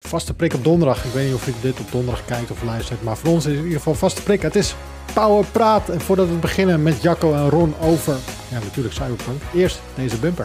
Vaste prik op donderdag. Ik weet niet of je dit op donderdag kijkt of luistert, maar voor ons is het in ieder geval vaste prik. Het is Power Praat. En voordat we beginnen met Jacco en Ron over, ja natuurlijk Cyberpunk, eerst deze bumper.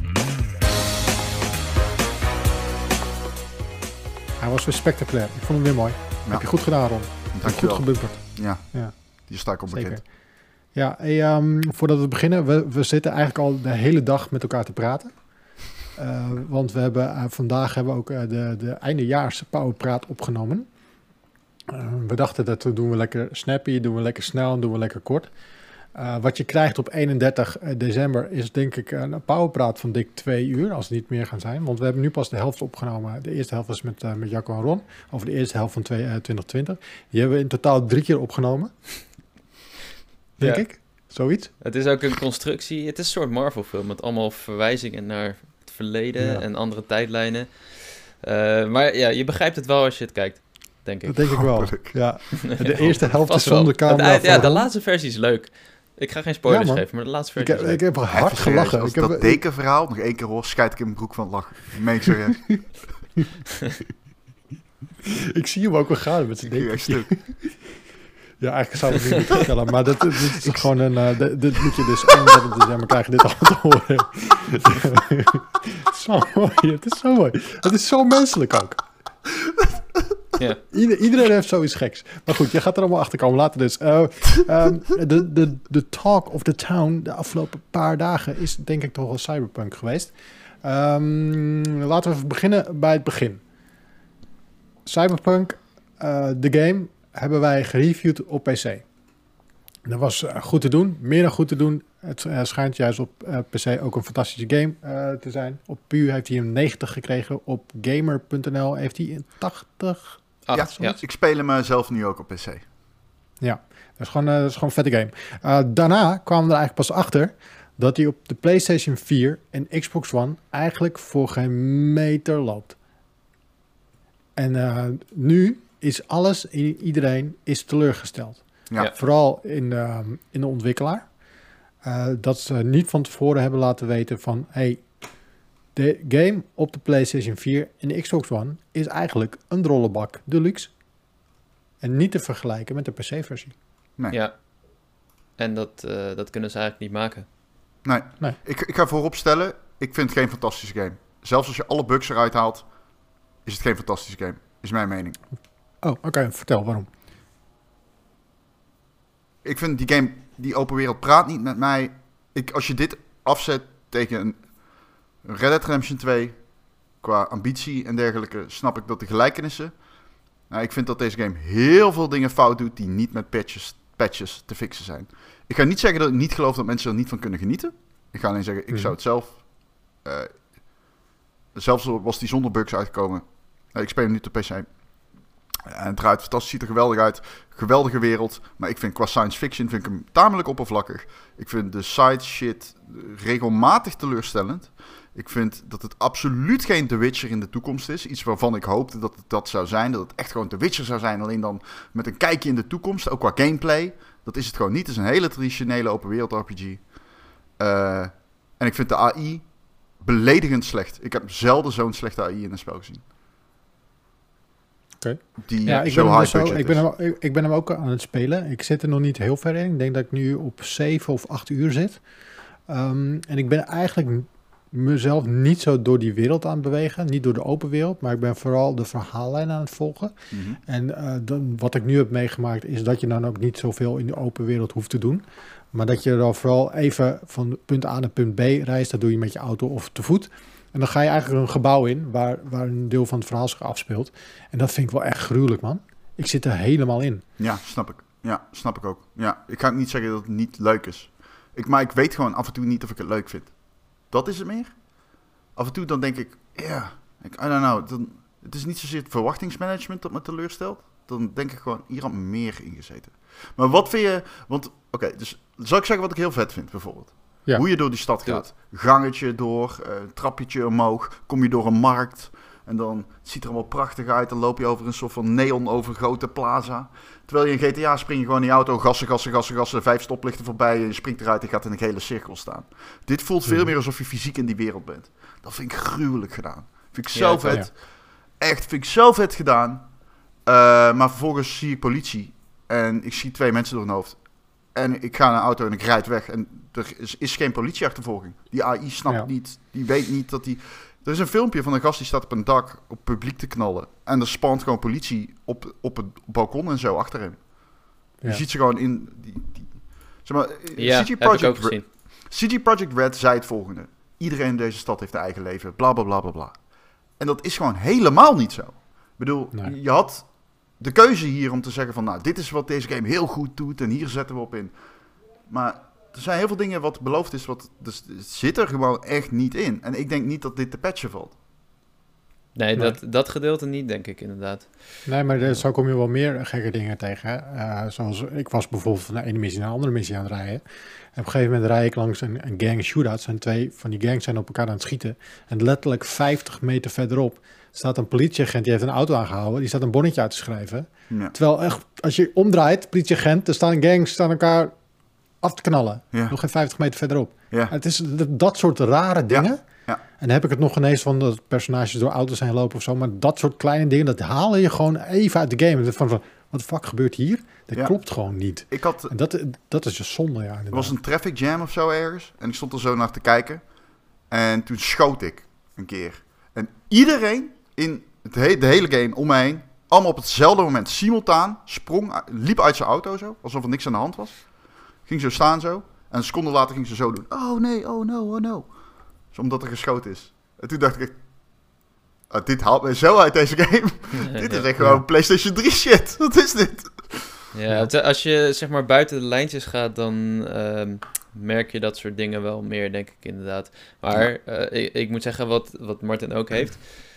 Hij was weer spectaculair. Ik vond hem weer mooi. Ja. Heb je goed gedaan, Ron. Goed gebumperd. Ja, die sta ik op bekend. Ja, voordat we beginnen, we zitten eigenlijk al de hele dag met elkaar te praten. Want we hebben vandaag hebben we ook de eindejaars Powerpraat opgenomen. We dachten dat doen we lekker snappy, doen we lekker snel en doen we lekker kort. Wat je krijgt op 31 december is denk ik een Powerpraat van dik 2 uur, als het niet meer gaan zijn. Want we hebben nu pas de helft opgenomen. De eerste helft was met Jacco en Ron, over de eerste helft van 2020. Die hebben we in totaal 3 keer opgenomen. Denk ik, zoiets. Het is ook een constructie, het is een soort Marvel film met allemaal verwijzingen naar het verleden en andere tijdlijnen. Maar ja, je begrijpt het wel als je het kijkt, denk ik. Dat denk ik wel, ja. De eerste helft is zonder camera. Ja, de laatste versie is leuk. Ik ga geen spoilers geven, maar de laatste versie is leuk. Ik heb hard gelachen. Als dat dekenverhaal nog 1 keer hoor, scheid ik in mijn broek van het lachen. Meen ik serieus. Ik zie hem ook wel gaan met zijn deken. Ja, eigenlijk zou ik het niet vertellen, maar dit is gewoon een... dit moet je dus 31 december krijgen dit allemaal te horen. Zo mooi, het is zo mooi. Het is zo menselijk ook. Ja. Iedereen heeft zoiets geks. Maar goed, je gaat er allemaal achter komen later dus. De talk of the town de afgelopen paar dagen is denk ik toch wel Cyberpunk geweest. Laten we even beginnen bij het begin. Cyberpunk, de game, hebben wij gereviewd op PC. Dat was goed te doen, meer dan goed te doen. Het schijnt juist op PC ook een fantastische game te zijn. Op PU heeft hij een 90 gekregen. Op gamer.nl heeft hij een 80. Ja, ik speel hem zelf nu ook op PC. Ja, dat is gewoon een vette game. Daarna kwamen we er eigenlijk pas achter dat hij op de PlayStation 4 en Xbox One eigenlijk voor geen meter loopt. En nu is iedereen is teleurgesteld. Ja. Vooral in de ontwikkelaar. Dat ze niet van tevoren hebben laten weten van... hey, de game op de PlayStation 4 en de Xbox One is eigenlijk een drollebak deluxe. En niet te vergelijken met de PC-versie. Nee. Ja, en dat kunnen ze eigenlijk niet maken. Nee. Ik ga voorop stellen, ik vind het geen fantastische game. Zelfs als je alle bugs eruit haalt, is het geen fantastische game. Is mijn mening. Oh, oké. Vertel, waarom? Ik vind die game, die open wereld praat niet met mij. Als je dit afzet tegen een Red Dead Redemption 2, qua ambitie en dergelijke, snap ik dat de gelijkenissen. Nou, ik vind dat deze game heel veel dingen fout doet die niet met patches te fixen zijn. Ik ga niet zeggen dat ik niet geloof dat mensen er niet van kunnen genieten. Ik ga alleen zeggen, ik zou het zelf... zelfs was die zonder bugs uitgekomen. Ik speel hem nu op PC. En het draait fantastisch, ziet er geweldig uit. Geweldige wereld. Maar ik vind qua science fiction vind ik hem tamelijk oppervlakkig. Ik vind de side shit regelmatig teleurstellend. Ik vind dat het absoluut geen The Witcher in de toekomst is. Iets waarvan ik hoopte dat het dat zou zijn. Dat het echt gewoon The Witcher zou zijn. Alleen dan met een kijkje in de toekomst. Ook qua gameplay. Dat is het gewoon niet. Het is een hele traditionele open wereld RPG. En ik vind de AI beledigend slecht. Ik heb zelden zo'n slechte AI in een spel gezien. Okay. Ik ben hem ook aan het spelen. Ik zit er nog niet heel ver in. Ik denk dat ik nu op 7 of 8 uur zit. En ik ben eigenlijk mezelf niet zo door die wereld aan het bewegen. Niet door de open wereld, maar ik ben vooral de verhaallijn aan het volgen. Mm-hmm. En wat ik nu heb meegemaakt is dat je dan ook niet zoveel in de open wereld hoeft te doen. Maar dat je dan vooral even van punt A naar punt B reist. Dat doe je met je auto of te voet. En dan ga je eigenlijk een gebouw in waar een deel van het verhaal zich afspeelt. En dat vind ik wel echt gruwelijk, man. Ik zit er helemaal in. Ja, snap ik. Ja, snap ik ook. Ja, ik ga niet zeggen dat het niet leuk is. Maar ik weet gewoon af en toe niet of ik het leuk vind. Dat is het meer. Af en toe dan denk ik, I don't know. Het is niet zozeer het verwachtingsmanagement dat me teleurstelt. Dan denk ik gewoon, hier had meer in gezeten. Maar wat vind je... Want, dus zal ik zeggen wat ik heel vet vind, bijvoorbeeld? Ja. Hoe je door die stad gaat. Ja. Gangetje door, trappetje omhoog, kom je door een markt. En dan het ziet er allemaal prachtig uit. Dan loop je over een soort van neon overgrote plaza. Terwijl je in GTA spring je gewoon in je auto, gassen. 5 stoplichten voorbij. En je springt eruit en gaat in een hele cirkel staan. Dit voelt veel meer alsof je fysiek in die wereld bent. Dat vind ik gruwelijk gedaan. Vind ik zo vet. Echt, vind ik zo vet gedaan. Maar vervolgens zie ik politie. En ik zie 2 mensen door hun hoofd. En ik ga naar een auto en ik rijd weg. En er is geen politieachtervolging. Die AI snapt niet. Die weet niet dat die... Er is een filmpje van een gast die staat op een dak op publiek te knallen. En er spant gewoon politie op het balkon en zo achter hem. Ja. Je ziet ze gewoon in... zeg maar, ja, CG heb ik ook gezien. CG Projekt Red zei het volgende. Iedereen in deze stad heeft een eigen leven. Bla, bla, bla, bla, bla. En dat is gewoon helemaal niet zo. Ik bedoel, je had de keuze hier om te zeggen van... Nou, dit is wat deze game heel goed doet en hier zetten we op in. Maar er zijn heel veel dingen wat beloofd is. Dus het zit er gewoon echt niet in. En ik denk niet dat dit te patchen valt. Nee, dat gedeelte niet, denk ik inderdaad. Nee, maar zo kom je wel meer gekke dingen tegen. Zoals, ik was bijvoorbeeld van de ene missie naar een andere missie aan het rijden. En op een gegeven moment rijd ik langs een gang shootout. En 2 van die gangs zijn op elkaar aan het schieten. En letterlijk 50 meter verderop staat een politieagent. Die heeft een auto aangehouden. Die staat een bonnetje uit te schrijven. Ja. Terwijl echt, als je omdraait, politieagent, er staan gangs staan elkaar af te knallen. Ja. Nog geen 50 meter verderop. Ja. Het is dat soort rare dingen. Ja. Ja. En dan heb ik het nog ineens van dat personages door auto's heen lopen of zo. Maar dat soort kleine dingen, dat haal je gewoon even uit de game. Van wat de fuck gebeurt hier? Dat klopt gewoon niet. En dat is dus zonde, ja. Er was een traffic jam of zo ergens. En ik stond er zo naar te kijken. En toen schoot ik een keer. En iedereen in de hele game om me heen, allemaal op hetzelfde moment, simultaan, liep uit zijn auto zo. Alsof er niks aan de hand was. Ging zo staan zo. En een seconde later ging ze zo doen. Oh nee, oh no, oh no. Dus omdat er geschoten is. En toen dacht ik, dit haalt mij zo uit deze game. Dit is echt gewoon PlayStation 3 shit. Wat is dit? Ja, als je zeg maar buiten de lijntjes gaat, dan merk je dat soort dingen wel meer, denk ik inderdaad. Maar ik moet zeggen, wat Martin ook heeft.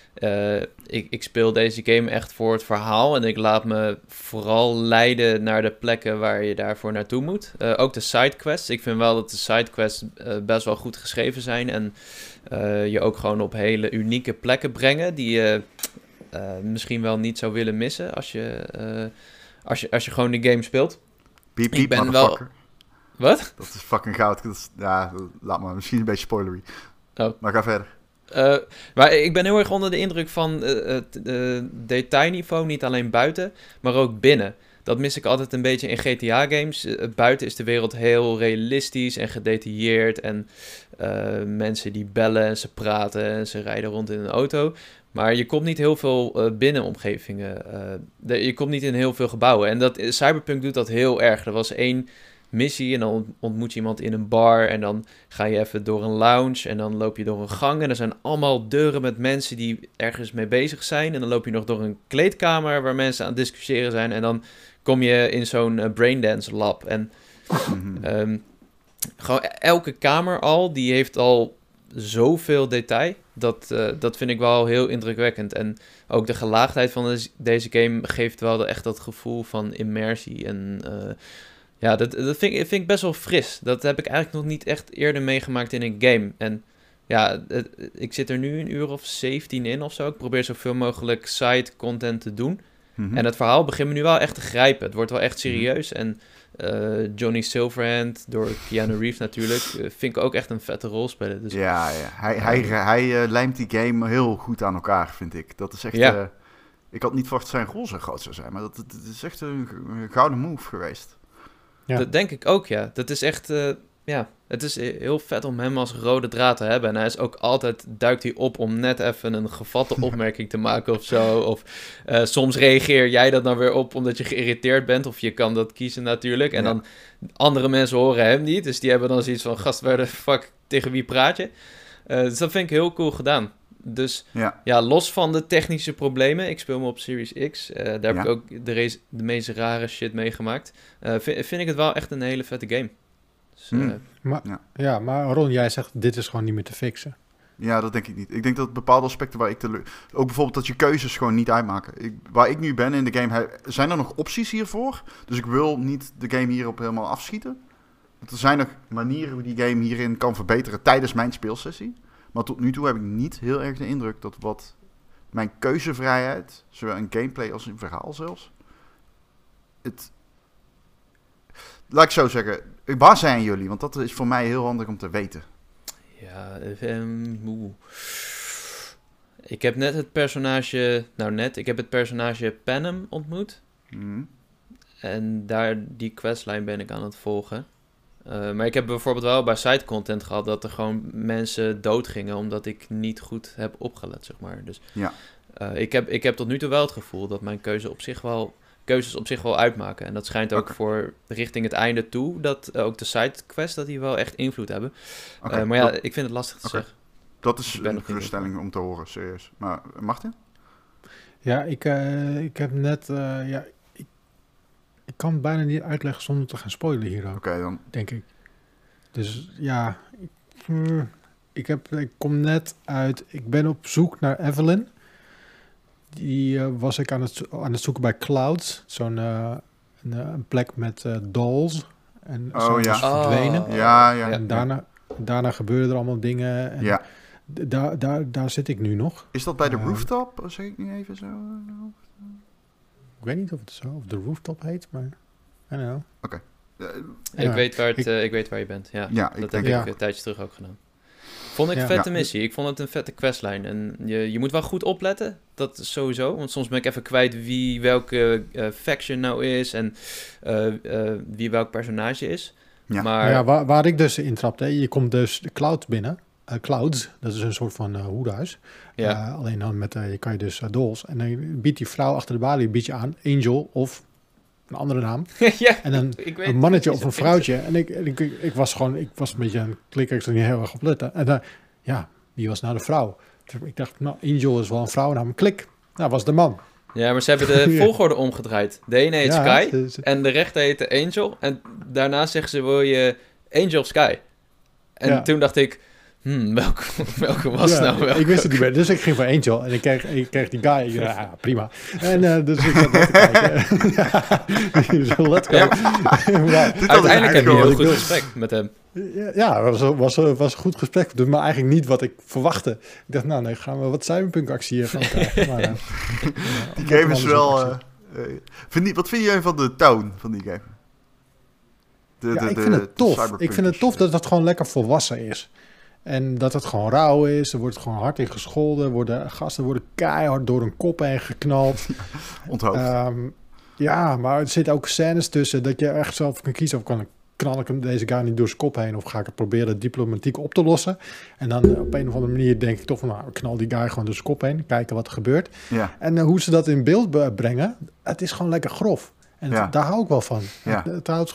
Ik speel deze game echt voor het verhaal en ik laat me vooral leiden naar de plekken waar je daarvoor naartoe moet. Ook de sidequests. Ik vind wel dat de sidequests best wel goed geschreven zijn en je ook gewoon op hele unieke plekken brengen die je misschien wel niet zou willen missen als je gewoon de game speelt. Piep, piep, motherfucker. Wat? Dat is fucking goud. Laat maar. Misschien een beetje spoilery. Oh. Maar ga verder. Maar ik ben heel erg onder de indruk van het detailniveau, niet alleen buiten, maar ook binnen. Dat mis ik altijd een beetje in GTA-games. Buiten is de wereld heel realistisch en gedetailleerd en mensen die bellen en ze praten en ze rijden rond in een auto. Maar je komt niet heel veel binnenomgevingen. Je komt niet in heel veel gebouwen. En Cyberpunk doet dat heel erg. Er was 1 missie en dan ontmoet je iemand in een bar en dan ga je even door een lounge en dan loop je door een gang en er zijn allemaal deuren met mensen die ergens mee bezig zijn en dan loop je nog door een kleedkamer waar mensen aan het discussiëren zijn en dan kom je in zo'n braindance lab en gewoon elke kamer die heeft al zoveel detail. Dat vind ik wel heel indrukwekkend en ook de gelaagdheid van deze game geeft wel echt dat gevoel van immersie en ja, dat vind ik best wel fris. Dat heb ik eigenlijk nog niet echt eerder meegemaakt in een game. En ja, ik zit er nu 1 uur of 17 in of zo. Ik probeer zoveel mogelijk side content te doen. Mm-hmm. En het verhaal begint me nu wel echt te grijpen. Het wordt wel echt serieus. En Johnny Silverhand, door Keanu Reeves natuurlijk, vind ik ook echt een vette rolspeler. Dus, ja. Hij lijmt die game heel goed aan elkaar, vind ik. Dat is echt... ik had niet verwacht dat zijn rol zo groot zou zijn. Maar dat is echt een gouden move geweest. Ja. Dat denk ik ook, ja. Dat is echt, het is heel vet om hem als rode draad te hebben. En hij is ook altijd, duikt hij op om net even een gevatte opmerking te maken of zo. Of soms reageer jij dat dan weer op omdat je geïrriteerd bent. Of je kan dat kiezen natuurlijk. En dan andere mensen horen hem niet. Dus die hebben dan zoiets van, gast, waar de fuck, tegen wie praat je? Dus dat vind ik heel cool gedaan. Dus ja, los van de technische problemen, ik speel me op Series X, daar heb ik ook de meest rare shit meegemaakt, vind ik het wel echt een hele vette game. Dus, maar Ron, jij zegt, dit is gewoon niet meer te fixen. Ja, dat denk ik niet. Ik denk dat bepaalde aspecten waar ik ook bijvoorbeeld dat je keuzes gewoon niet uitmaken. Waar ik nu ben in de game, zijn er nog opties hiervoor? Dus ik wil niet de game hierop helemaal afschieten. Want er zijn nog manieren hoe die game hierin kan verbeteren tijdens mijn speelsessie. Maar tot nu toe heb ik niet heel erg de indruk dat wat mijn keuzevrijheid, zowel in gameplay als in verhaal zelfs, laat ik zo zeggen, waar zijn jullie? Want dat is voor mij heel handig om te weten. Ja, Ik heb net het personage... ik heb het personage Panem ontmoet. En die questlijn ben ik aan het volgen. Maar ik heb bijvoorbeeld wel bij sidecontent gehad dat er gewoon mensen doodgingen omdat ik niet goed heb opgelet, zeg maar. Dus Ja. Ik heb tot nu toe wel het gevoel dat mijn keuzes op zich wel uitmaken. En dat schijnt ook voor richting het einde toe, dat ook de sidequests, dat die wel echt invloed hebben. Maar ja, ik vind het lastig te zeggen. Dat is een geruststelling om te horen, serieus. Maar Martin? Ja, ik heb net... ik kan het bijna niet uitleggen zonder te gaan spoilen hier ook. Oké, dan. Denk ik. Dus ja, ik kom net uit... Ik ben op zoek naar Evelyn. Die was ik aan het zoeken bij Clouds. Zo'n een plek met dolls. En zo was verdwenen. Ja. En daarna gebeurden er allemaal dingen. En ja. Daar zit ik nu nog. Is dat bij de rooftop? Zeg ik nu even zo? Ik weet niet of het zo of de rooftop heet, maar I don't know. Oké. Ik weet waar je bent. Ja, dat heb ik een tijdje terug ook gedaan. Vond ik een vette missie. Ik vond het een vette questlijn. En je moet wel goed opletten. Dat is sowieso. Want soms ben ik even kwijt wie welke faction nou is. En wie welk personage is. Ja. Maar waar ik dus intrapte. Je komt dus de Cloud binnen. Clouds, dat is een soort van hoedenhuis. Ja. Alleen dan kan je dus dolls. En dan biedt die vrouw achter de balie je aan. Angel of een andere naam. Ja, en dan een mannetje of een vrouwtje. En ik was een beetje aan het klikken. Ik stond niet heel erg op letten. En wie was nou de vrouw? Dus ik dacht, Angel is wel een vrouwennaam. Klik. Nou, was de man. Ja, maar ze hebben de volgorde omgedraaid. De ene heet Sky en de rechter heette Angel. En daarna zeggen ze, wil je Angel of Sky? En toen dacht ik... welke was nou welke? Ik wist het niet meer, dus ik ging voor Angel. En ik kreeg die guy. Ja, prima. En dus ik zat net te kijken. Zo, let's go. Uiteindelijk heb je een heel goed gesprek met hem. Ja, het was een goed gesprek. Dus maar eigenlijk niet wat ik verwachtte. Ik dacht, nee, gaan we wat cyberpunk-actie hier gaan krijgen. Maar, die game is wel... wat vind jij van de tone van die game? Ik vind het tof. Ik vind het tof dat het gewoon lekker volwassen is. En dat het gewoon rauw is. Er wordt gewoon hard in gescholden. Gasten worden keihard door een kop heen geknald. Onthoofd. Maar er zitten ook scènes tussen dat je echt zelf kan kiezen of knal ik hem deze guy niet door zijn kop heen of ga ik het proberen diplomatiek op te lossen. En dan op een of andere manier denk ik toch van knal die guy gewoon door zijn kop heen. Kijken wat er gebeurt. Ja. En hoe ze dat in beeld brengen, het is gewoon lekker grof. En daar hou ik wel van. Ja.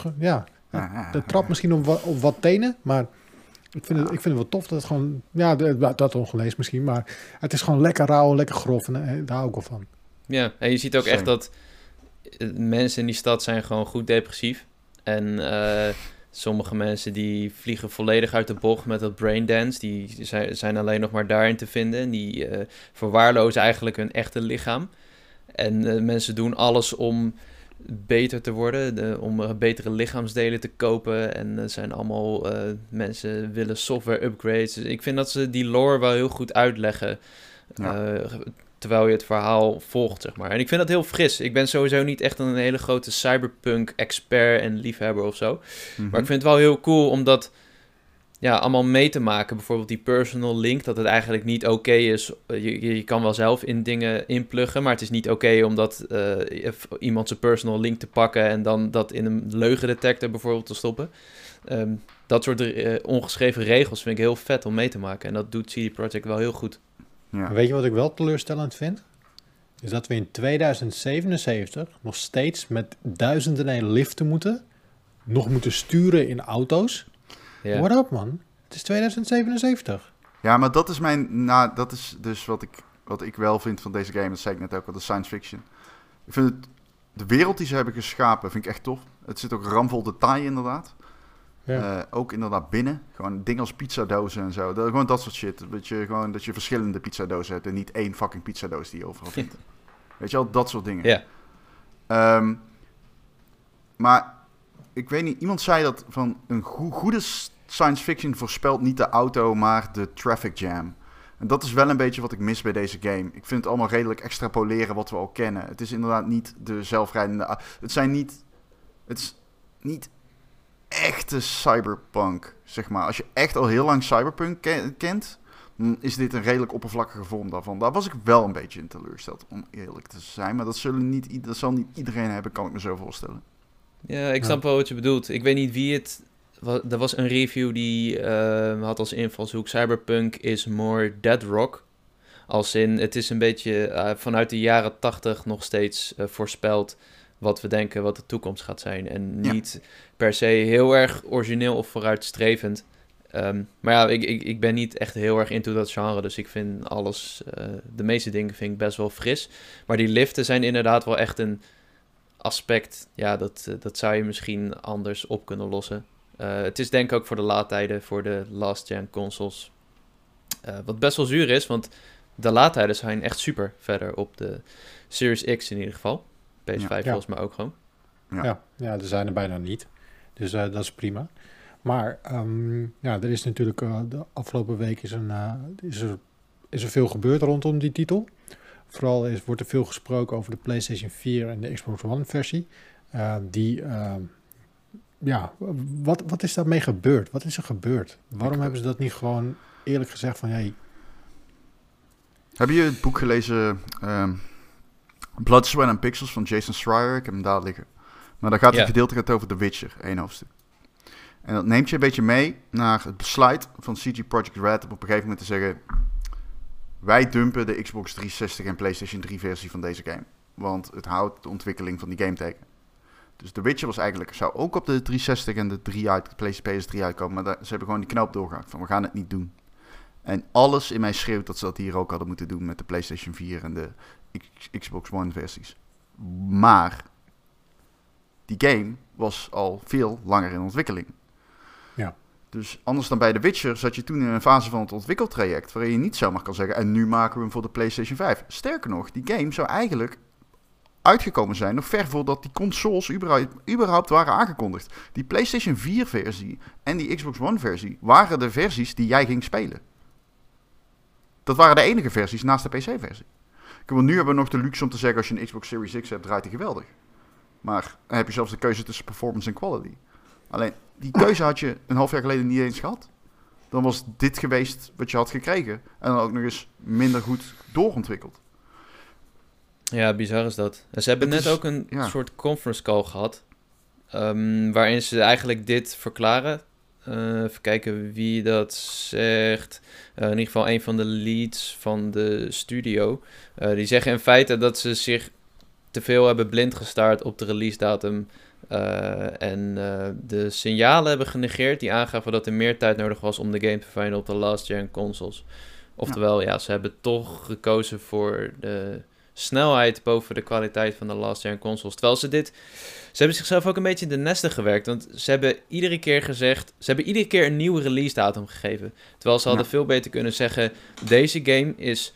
Het trapt misschien op wat tenen, maar... Ik vind het wel tof dat het gewoon... Ja, dat ongelezen misschien, maar het is gewoon lekker rauw, lekker grof en daar hou ik wel van. Ja, en je ziet ook echt dat mensen in die stad zijn gewoon goed depressief. En sommige mensen die vliegen volledig uit de bocht met dat braindance. Die zijn alleen nog maar daarin te vinden. En die verwaarlozen eigenlijk hun echte lichaam. En mensen doen alles om... beter te worden, om betere lichaamsdelen te kopen. En er zijn allemaal mensen willen software upgrades. Dus ik vind dat ze die lore wel heel goed uitleggen. Terwijl je het verhaal volgt, zeg maar. En ik vind dat heel fris. Ik ben sowieso niet echt een hele grote cyberpunk-expert en liefhebber of zo. Mm-hmm. Maar ik vind het wel heel cool om dat allemaal mee te maken. Bijvoorbeeld die personal link, dat het eigenlijk niet oké is. Je kan wel zelf in dingen inpluggen, maar het is niet oké om dat iemand zijn personal link te pakken en dan dat in een leugendetector bijvoorbeeld te stoppen. Dat soort ongeschreven regels vind ik heel vet om mee te maken. En dat doet CD Projekt wel heel goed. Ja. Weet je wat ik wel teleurstellend vind? Is dat we in 2077 nog steeds met 1001 liften nog moeten sturen in auto's. Yeah. What up, man? Het is 2077. Ja, maar dat is dat is dus wat ik wel vind van deze game. Dat zei ik net ook al, de science fiction. Ik vind de wereld die ze hebben geschapen, vind ik echt tof. Het zit ook ramvol detail, inderdaad. Ja. Ook inderdaad binnen. Gewoon dingen als pizzadozen en zo. Gewoon dat soort shit. Dat je verschillende pizzadozen hebt en niet één fucking pizzadoos die je overal vindt. Weet je wel, dat soort dingen. Ja. Yeah. Maar ik weet niet, iemand zei dat van een goede science fiction voorspelt niet de auto, maar de traffic jam. En dat is wel een beetje wat ik mis bij deze game. Ik vind het allemaal redelijk extrapoleren wat we al kennen. Het is inderdaad niet de zelfrijdende... Het is niet echte cyberpunk, zeg maar. Als je echt al heel lang cyberpunk kent, is dit een redelijk oppervlakkige vorm daarvan. Daar was ik wel een beetje in teleurgesteld, om eerlijk te zijn. Maar dat zal niet iedereen hebben, kan ik me zo voorstellen. Ja, ik snap wel wat je bedoelt. Ik weet niet wie het... Er was een review die had als invalshoek... Cyberpunk is more dead rock. Als in, het is een beetje vanuit de jaren 80 nog steeds voorspeld... wat we denken wat de toekomst gaat zijn. En niet per se heel erg origineel of vooruitstrevend. Maar ja, ik ben niet echt heel erg into dat genre. Dus ik vind alles... de meeste dingen vind ik best wel fris. Maar die liften zijn inderdaad wel echt een aspect... Ja, dat zou je misschien anders op kunnen lossen. Het is denk ik ook voor de laadtijden... voor de last-gen consoles... wat best wel zuur is, want... de laadtijden zijn echt super verder op de Series X in ieder geval. PS5 volgens mij ook gewoon. Ja, er zijn er bijna niet. Dus dat is prima. Maar er is natuurlijk de afgelopen week is er veel gebeurd rondom die titel. Vooral wordt er veel gesproken over de PlayStation 4 en de Xbox One versie. Wat is daarmee gebeurd? Wat is er gebeurd? Waarom hebben ze dat niet gewoon eerlijk gezegd van... Hey, heb je het boek gelezen Blood, Sweat and Pixels van Jason Schreier? Ik heb hem daar liggen. Maar daar gaat het gedeelte over The Witcher, 1 hoofdstuk. En dat neemt je een beetje mee naar het besluit van CG Projekt Red... om op een gegeven moment te zeggen... wij dumpen de Xbox 360 en PlayStation 3 versie van deze game. Want het houdt de ontwikkeling van die game tegen. Dus The Witcher zou ook op de 360 en de PS3 uitkomen... maar ze hebben gewoon die knoop doorgehakt van we gaan het niet doen. En alles in mij schreeuwt dat ze dat hier ook hadden moeten doen met de PlayStation 4 en de Xbox One versies. Maar die game was al veel langer in ontwikkeling. Ja. Dus anders dan bij The Witcher zat je toen in een fase van het ontwikkeltraject... waarin je niet zomaar kan zeggen en nu maken we hem voor de PlayStation 5. Sterker nog, die game zou eigenlijk uitgekomen zijn... nog ver voordat die consoles überhaupt waren aangekondigd. Die PlayStation 4 versie en die Xbox One versie waren de versies die jij ging spelen. Dat waren de enige versies naast de PC-versie. Want nu hebben we nog de luxe om te zeggen... als je een Xbox Series X hebt, draait die geweldig. Maar dan heb je zelfs de keuze tussen performance en quality. Alleen, die keuze had je een half jaar geleden niet eens gehad. Dan was dit geweest wat je had gekregen. En dan ook nog eens minder goed doorontwikkeld. Ja, bizar is dat. En ze hebben net ook een soort conference call gehad... waarin ze eigenlijk dit verklaren... even kijken wie dat zegt. In ieder geval een van de leads van de studio. Die zeggen in feite dat ze zich te veel hebben blind gestaard op de release datum. En de signalen hebben genegeerd die aangaven dat er meer tijd nodig was om de game te verfijnen op de last-gen consoles. Oftewel, ze hebben toch gekozen voor de snelheid boven de kwaliteit van de last-gen consoles. Terwijl ze hebben zichzelf ook een beetje in de nesten gewerkt. Want ze hebben iedere keer gezegd... Ze hebben iedere keer een nieuwe release datum gegeven. Terwijl ze hadden veel beter kunnen zeggen... Deze game is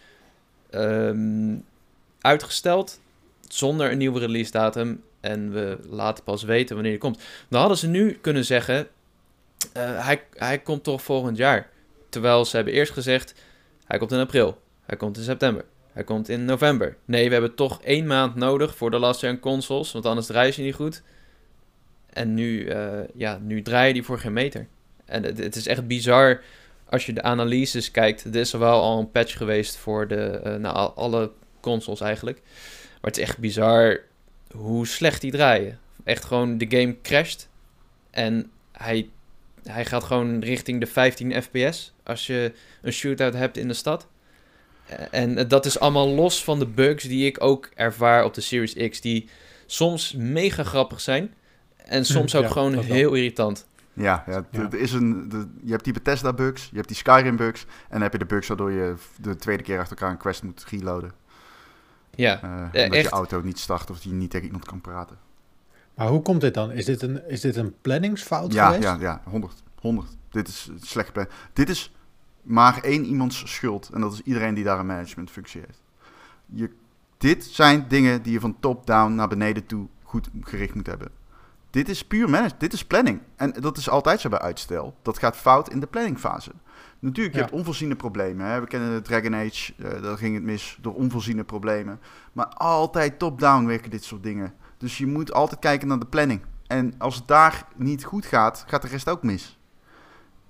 uitgesteld zonder een nieuwe release datum. En we laten pas weten wanneer die komt. Dan hadden ze nu kunnen zeggen... Hij komt toch volgend jaar. Terwijl ze hebben eerst gezegd... Hij komt in april. Hij komt in september. Hij komt in november. Nee, we hebben toch 1 maand nodig voor de last-gen consoles, want anders draai je niet goed. En nu draai je die voor geen meter. En het is echt bizar als je de analyses kijkt. Er is er wel al een patch geweest voor alle consoles eigenlijk. Maar het is echt bizar hoe slecht die draaien. Echt gewoon, de game crasht. En hij gaat gewoon richting de 15 fps als je een shootout hebt in de stad. En dat is allemaal los van de bugs die ik ook ervaar op de Series X. Die soms mega grappig zijn. En soms ook gewoon heel irritant. Ja. Je hebt die Bethesda bugs. Je hebt die Skyrim bugs. En dan heb je de bugs waardoor je de tweede keer achter elkaar een quest moet reloaden. Ja, omdat je auto niet start of je niet tegen iemand kan praten. Maar hoe komt dit dan? Is dit een planningsfout geweest? Ja, 100. Dit is slecht gepland. Dit is maar 1 iemands schuld. En dat is iedereen die daar een managementfunctie heeft. Dit zijn dingen die je van top-down naar beneden toe goed gericht moet hebben. Dit is puur management. Dit is planning. En dat is altijd zo bij uitstel. Dat gaat fout in de planningfase. Natuurlijk, je hebt onvoorziene problemen. Hè? We kennen de Dragon Age. Daar ging het mis door onvoorziene problemen. Maar altijd top-down werken dit soort dingen. Dus je moet altijd kijken naar de planning. En als het daar niet goed gaat, gaat de rest ook mis.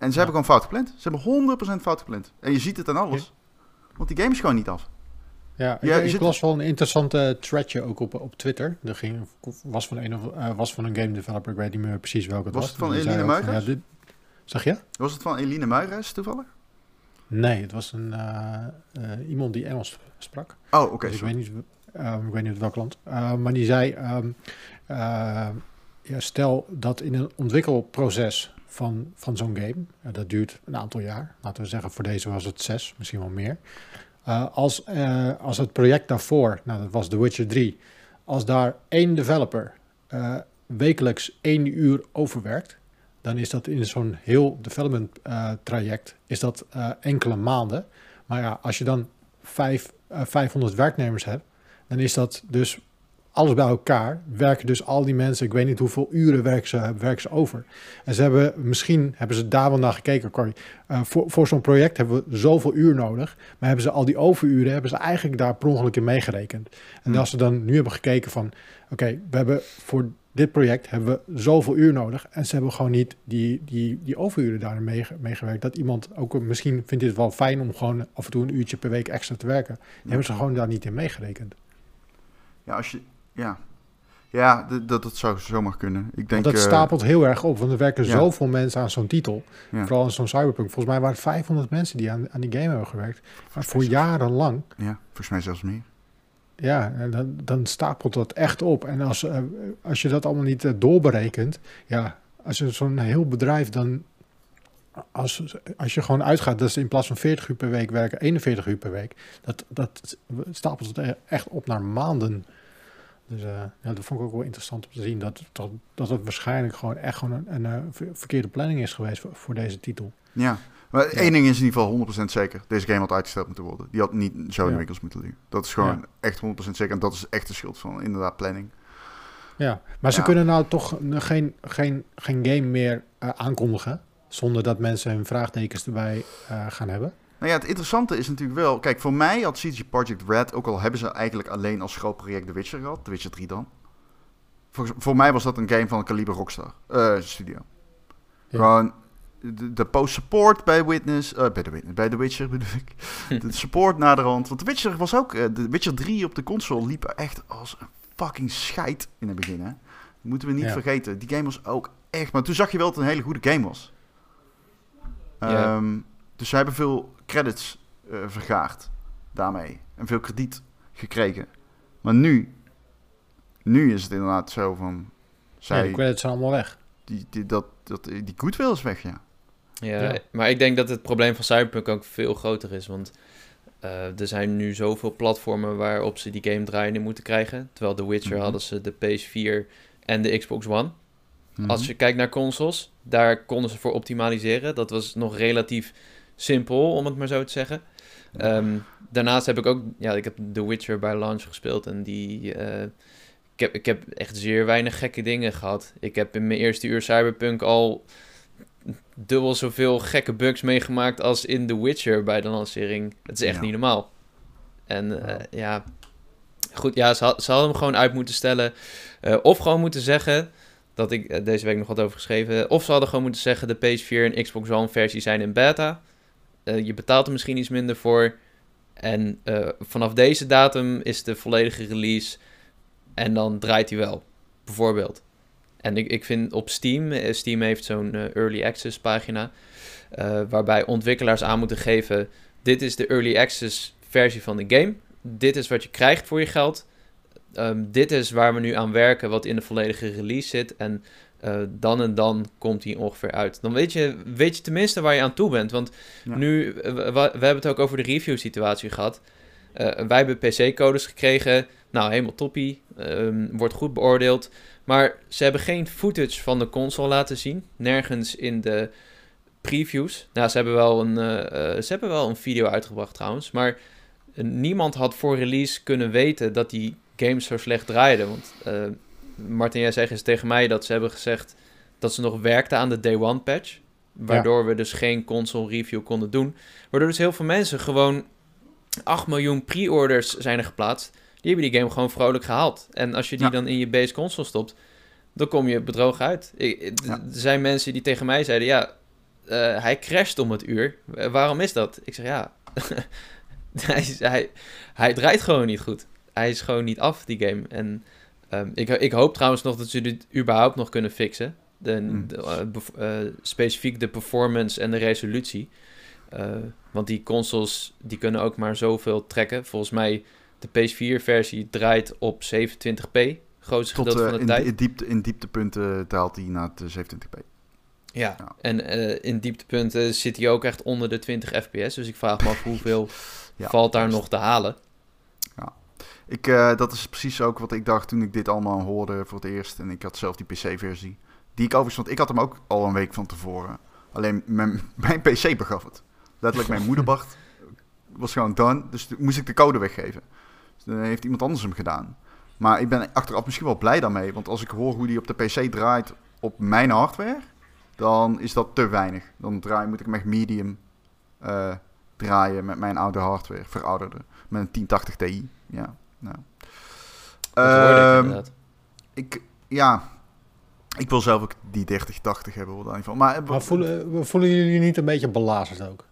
En ze hebben gewoon fout gepland. Ze hebben 100% fout gepland. En je ziet het aan alles. Want die game is gewoon niet af. Ja, Ja, ik las wel een interessante threadje ook op Twitter. Was van een game developer, ik weet niet meer precies welke het was. Was het van Die zei Eline ook Muigers? Zeg je? Was het van Eline Muigers toevallig? Nee, het was iemand die Engels sprak. Oh, oké. Dus ik weet niet uit welk land. Maar die zei, stel dat in een ontwikkelproces van zo'n game, dat duurt een aantal jaar. Laten we zeggen, voor deze was het 6, misschien wel meer. Als het project daarvoor, nou dat was The Witcher 3, als daar 1 developer wekelijks 1 uur overwerkt, dan is dat in zo'n heel development traject is dat enkele maanden. Maar ja, als je dan 500 werknemers hebt, dan is dat dus alles bij elkaar. Werken dus al die mensen, ik weet niet hoeveel uren werken ze over. En misschien hebben ze daar wel naar gekeken, Corey. Voor zo'n project hebben we zoveel uur nodig, maar hebben ze al die overuren, hebben ze eigenlijk daar per ongeluk in meegerekend. En als ze dan nu hebben gekeken van, oké, we hebben voor dit project hebben we zoveel uur nodig. En ze hebben gewoon niet die overuren daarin meegewerkt. Dat iemand ook misschien vindt dit wel fijn om gewoon af en toe een uurtje per week extra te werken. Die hebben ze gewoon daar niet in meegerekend. Ja, dat zou zomaar kunnen. Ik denk, want dat stapelt heel erg op. Want er werken ja. zoveel mensen aan zo'n titel. Ja. Vooral in zo'n Cyberpunk. Volgens mij waren het 500 mensen die aan die game hebben gewerkt. Maar voor jarenlang. Ja, volgens mij zelfs meer. Ja, en dan stapelt dat echt op. En als je dat allemaal niet doorberekent, ja, als je zo'n heel bedrijf dan, als je gewoon uitgaat dat ze in plaats van 40 uur per week werken, 41 uur per week, dat stapelt het echt op naar maanden. Dus dat vond ik ook wel interessant om te zien, dat het waarschijnlijk gewoon echt gewoon een verkeerde planning is geweest voor deze titel. Ja. Maar één ding is in ieder geval 100% zeker. Deze game had uitgesteld moeten worden. Die had niet zo in winkels moeten liggen. Dat is gewoon echt 100% zeker. En dat is echt de schuld van inderdaad planning. Ja, maar ze kunnen nou toch geen game meer aankondigen zonder dat mensen hun vraagtekens erbij gaan hebben. Nou ja, het interessante is natuurlijk wel... Kijk, voor mij had CG Projekt Red, ook al hebben ze eigenlijk alleen als groot project The Witcher gehad. The Witcher 3 dan. Voor mij was dat een game van een kaliber Rockstar Studio. Ja. Gewoon... De post-support bij bij The Witcher bedoel ik. De support naderhand. Want The Witcher was ook... The Witcher 3 op de console liep echt als een fucking scheid in het begin. Hè? Moeten we niet vergeten. Die game was ook echt... Maar toen zag je wel dat het een hele goede game was. Dus ze hebben veel credits vergaard daarmee. En veel krediet gekregen. Maar nu is het inderdaad zo van... de credits zijn allemaal weg. Die goodwill is weg, ja. Ja, maar ik denk dat het probleem van Cyberpunk ook veel groter is. Want er zijn nu zoveel platformen waarop ze die game draaien moeten krijgen. Terwijl The Witcher hadden ze de PS4 en de Xbox One. Als je kijkt naar consoles, daar konden ze voor optimaliseren. Dat was nog relatief simpel, om het maar zo te zeggen. Daarnaast heb ik heb The Witcher bij launch gespeeld en ik heb echt zeer weinig gekke dingen gehad. Ik heb in mijn eerste uur Cyberpunk al dubbel zoveel gekke bugs meegemaakt als in The Witcher bij de lancering. Het is echt niet normaal. En goed, ja, ze hadden hem gewoon uit moeten stellen. Of gewoon moeten zeggen, dat ik deze week nog wat over geschreven, of ze hadden gewoon moeten zeggen, de PS4 en Xbox One versie zijn in beta. Je betaalt er misschien iets minder voor. En vanaf deze datum is de volledige release en dan draait hij wel, bijvoorbeeld. En ik vind op Steam heeft zo'n Early Access pagina, waarbij ontwikkelaars aan moeten geven, dit is de Early Access versie van de game, dit is wat je krijgt voor je geld, dit is waar we nu aan werken, wat in de volledige release zit, en dan en dan komt die ongeveer uit. Dan weet je tenminste waar je aan toe bent, want nu, we hebben het ook over de review situatie gehad. Wij hebben PC-codes gekregen, nou helemaal toppie, wordt goed beoordeeld. Maar ze hebben geen footage van de console laten zien. Nergens in de previews. Nou, ze hebben wel een video uitgebracht trouwens. Maar niemand had voor release kunnen weten dat die games zo slecht draaiden. Want Martin, jij zei eens tegen mij dat ze hebben gezegd dat ze nog werkten aan de Day One patch. Waardoor we dus geen console review konden doen. Waardoor dus heel veel mensen gewoon 8 miljoen pre-orders zijn er geplaatst. Die hebben die game gewoon vrolijk gehaald. En als je die dan in je base console stopt, dan kom je bedrogen uit. Er zijn mensen die tegen mij zeiden, hij crasht om het uur. Waarom is dat? Ik zeg, ja, hij draait gewoon niet goed. Hij is gewoon niet af, die game. En ik hoop trouwens nog dat ze dit überhaupt nog kunnen fixen. Specifiek de performance en de resolutie. Want die consoles, die kunnen ook maar zoveel trekken. Volgens mij, de PS4-versie draait op 27p. Grootste gedeelte van de tijd. In dieptepunten daalt hij naar de 27p. Ja, en in dieptepunten zit hij ook echt onder de 20 fps. Dus ik vraag me af hoeveel valt daar nog te halen. Ja, dat is precies ook wat ik dacht toen ik dit allemaal hoorde voor het eerst. En ik had zelf die PC-versie. Die ik overigens, want ik had hem ook al een week van tevoren. Alleen mijn PC begaf het. Letterlijk mijn moederbord was gewoon done. Dus moest ik de code weggeven. Dus dan heeft iemand anders hem gedaan. Maar ik ben achteraf misschien wel blij daarmee. Want als ik hoor hoe die op de PC draait op mijn hardware, dan is dat te weinig. Dan moet ik hem echt medium draaien met mijn oude hardware, verouderde. Met een 1080 Ti. Ja, nou. Dat hoorde ik inderdaad. Ik wil zelf ook die 3080 hebben. Hoor, in ieder geval. Maar voelen jullie niet een beetje belazerd ook?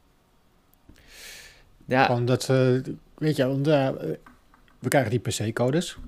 Ja. Gewoon dat weet je, want we krijgen die PC-codes.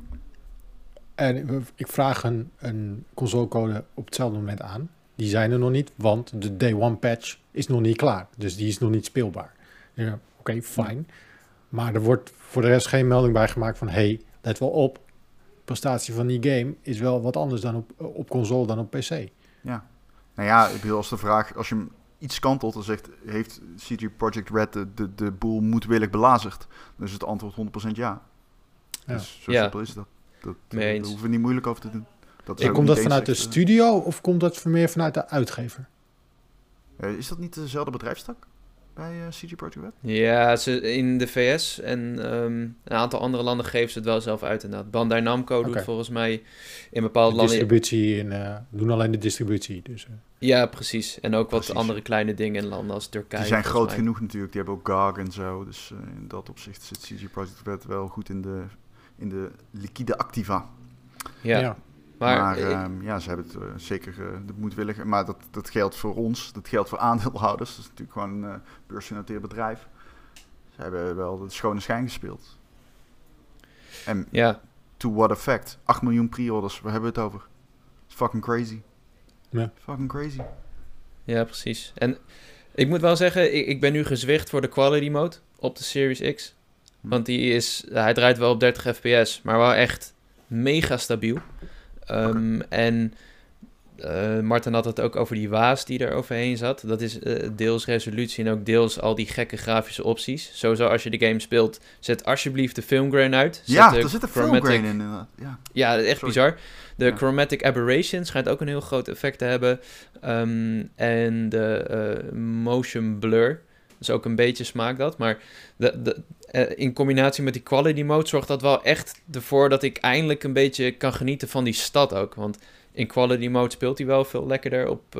En ik vraag een consolecode op hetzelfde moment aan. Die zijn er nog niet, want de Day One patch is nog niet klaar. Dus die is nog niet speelbaar. Ja, Oké, fijn. Maar er wordt voor de rest geen melding bij gemaakt van, hey, let wel op. De prestatie van die game is wel wat anders dan op console dan op PC. Ja. Nou ja, ik bedoel, als je hem iets kantelt en zegt, heeft CD Projekt Red de boel moedwillig belazerd? Dan is het antwoord 100% ja. Dus zo simpel is dat. Daar hoeven we niet moeilijk over te doen. Komt dat vanuit de studio of komt dat meer vanuit de uitgever? Is dat niet dezelfde bedrijfstak bij CD Projekt Red? Ja, in de VS en een aantal andere landen geven ze het wel zelf uit inderdaad. Bandai Namco doet volgens mij in bepaalde landen... Distributie doen alleen de distributie. Dus, Ja, precies. En ook wat andere kleine dingen in landen als Turkije. Die zijn groot genoeg natuurlijk. Die hebben ook GOG en zo. Dus in dat opzicht zit CD Projekt Red wel goed in de liquide activa. Ja. Maar ze hebben het zeker de moedwillig. Maar dat geldt voor ons. Dat geldt voor aandeelhouders. Dat is natuurlijk gewoon een beursgenoteerd bedrijf. Ze hebben wel de schone schijn gespeeld. En to what effect? 8 miljoen pre-orders. Waar hebben we het over? It's fucking crazy. Ja. Fucking crazy. Ja, precies. En ik moet wel zeggen, ik ben nu gezwicht voor de quality mode op de Series X. Want hij draait wel op 30 fps, maar wel echt mega stabiel. En Martin had het ook over die waas die er overheen zat. Dat is deels resolutie en ook deels al die gekke grafische opties. Sowieso als je de game speelt, zet alsjeblieft de filmgrain uit. Er zit een filmgrain in. Ja, echt bizar. De chromatic aberration schijnt ook een heel groot effect te hebben. En de motion blur. Dus ook een beetje smaakt dat. Maar in combinatie met die quality mode zorgt dat wel echt ervoor dat ik eindelijk een beetje kan genieten van die stad ook. Want in quality mode speelt hij wel veel lekkerder op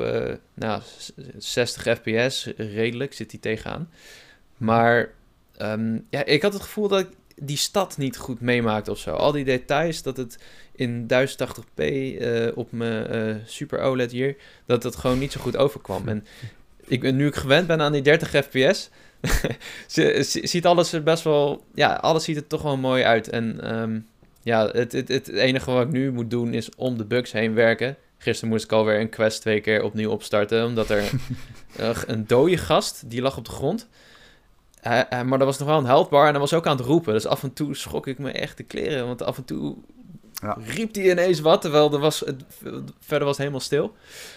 60 fps. Redelijk zit hij tegenaan. Maar ik had het gevoel dat ik die stad niet goed meemaakte of zo. Al die details, dat het in 1080p op mijn Super OLED hier, dat het gewoon niet zo goed overkwam. En nu ik gewend ben aan die 30 fps, ziet alles er best wel... Ja, alles ziet er toch wel mooi uit. En het enige wat ik nu moet doen is om de bugs heen werken. Gisteren moest ik alweer een quest 2 keer opnieuw opstarten, omdat er een dode gast, die lag op de grond. Maar dat was nog wel een healthbar en hij was ook aan het roepen. Dus af en toe schrok ik me echt de kleren, want af en toe riep hij ineens wat, terwijl verder was het helemaal stil.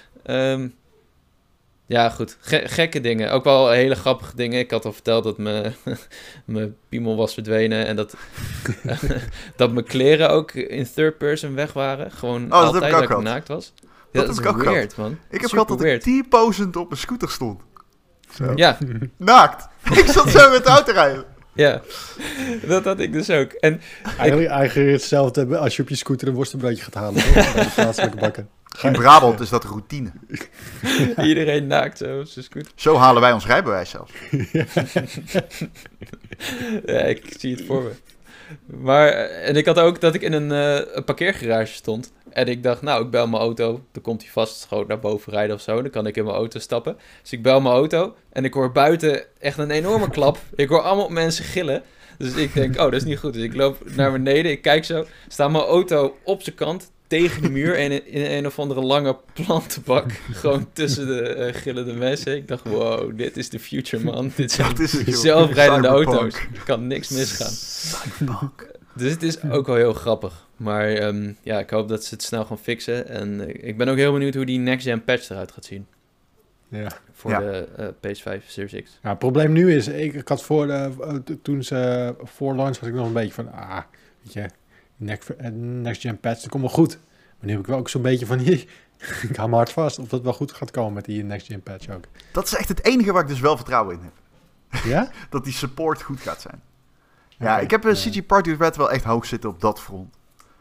Ja, goed. Gekke dingen. Ook wel hele grappige dingen. Ik had al verteld dat mijn piemel was verdwenen. En dat mijn kleren ook in third person weg waren. Gewoon altijd dat ik naakt was. Dat is ook weird, man. Ik heb gehad dat ik T-posend op een scooter stond. Zo. Ja. Naakt. Ik zat zo met de auto rijden. Ja, dat had ik dus ook. En eigenlijk hetzelfde als je op je scooter een worstenbroodje gaat halen. Bij de plaatselijke bakken. In Brabant is dat routine. Iedereen naakt zo op zijn scooter. Zo halen wij ons rijbewijs zelfs. Ja, ik zie het voor me. En ik had ook dat ik in een parkeergarage stond. En ik dacht, nou, ik bel mijn auto. Dan komt hij vast gewoon naar boven rijden of zo. Dan kan ik in mijn auto stappen. Dus ik bel mijn auto. En ik hoor buiten echt een enorme klap. Ik hoor allemaal mensen gillen. Dus ik denk, oh, dat is niet goed. Dus ik loop naar beneden. Ik kijk zo. Staat mijn auto op zijn kant tegen de muur. En in een of andere lange plantenbak. Gewoon tussen de gillende mensen. Ik dacht, wow, dit is de future, man. Dit zijn zelfrijdende auto's. Er kan niks misgaan. Cyberpunk. Dus het is ook wel heel grappig. Maar ja, ik hoop dat ze het snel gaan fixen. En ik ben ook heel benieuwd hoe die next-gen patch eruit gaat zien. Ja. Voor de PS5 Series X. Ja, het probleem nu is, ik had toen ze voor launch was ik nog een beetje van, weet je, next gen patch, dat komt wel goed. Maar nu heb ik wel ook zo'n beetje van, ik hou me hard vast of dat wel goed gaat komen met die next gen patch ook. Dat is echt het enige waar ik dus wel vertrouwen in heb. Ja? Dat die support goed gaat zijn. Ja, Okay, ik heb CG Party Red wel echt hoog zitten op dat front.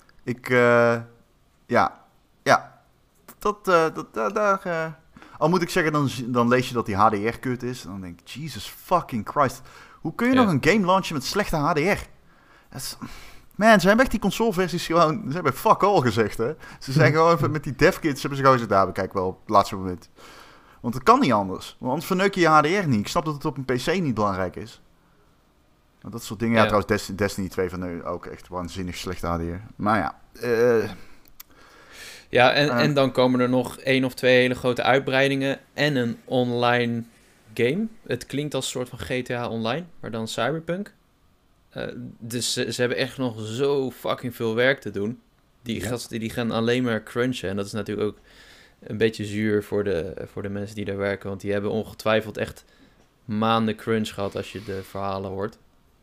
Al moet ik zeggen, dan lees je dat die HDR kut is. Dan denk ik, Jesus fucking Christ. Hoe kun je nog een game launchen met slechte HDR? Man, ze hebben echt die consoleversies gewoon... Ze hebben fuck all gezegd, hè. Ze zijn gewoon met die devkits hebben ze gewoon gezegd, we kijken wel op het laatste moment. Want het kan niet anders. Want anders verneuk je je HDR niet. Ik snap dat het op een PC niet belangrijk is. Dat soort dingen. Ja, trouwens, Destiny 2 van ook echt waanzinnig slechte HDR. Maar ja. En dan komen er nog 1 of 2 hele grote uitbreidingen en een online game. Het klinkt als een soort van GTA Online, maar dan Cyberpunk. Dus ze hebben echt nog zo fucking veel werk te doen. Die gasten die gaan alleen maar crunchen. En dat is natuurlijk ook een beetje zuur voor de mensen die daar werken. Want die hebben ongetwijfeld echt maanden crunch gehad als je de verhalen hoort.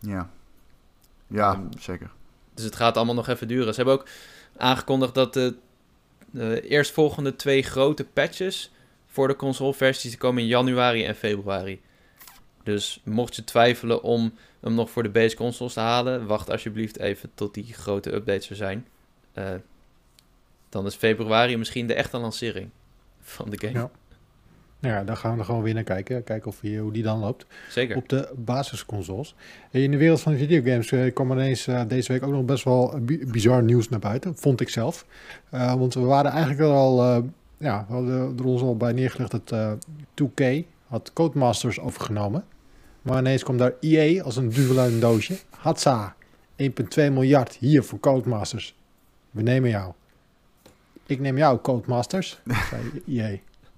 Ja, zeker. Dus het gaat allemaal nog even duren. Ze hebben ook aangekondigd dat de eerstvolgende 2 grote patches voor de consoleversies komen in januari en februari. Dus mocht je twijfelen om hem nog voor de base consoles te halen, wacht alsjeblieft even tot die grote updates er zijn. Dan is februari misschien de echte lancering van de game. Ja, daar gaan we gewoon weer naar kijken. Kijken hoe die dan loopt. Zeker. Op de basisconsoles. En in de wereld van de videogames kwam ineens deze week ook nog best wel bizar nieuws naar buiten. Vond ik zelf. Want we waren eigenlijk al... we hadden er ons al bij neergelegd dat 2K had Codemasters overgenomen. Maar ineens kwam daar EA als een duvel uit een doosje. Hatsa, 1,2 miljard hier voor Codemasters. We nemen jou. Ik neem jou, Codemasters, zei EA.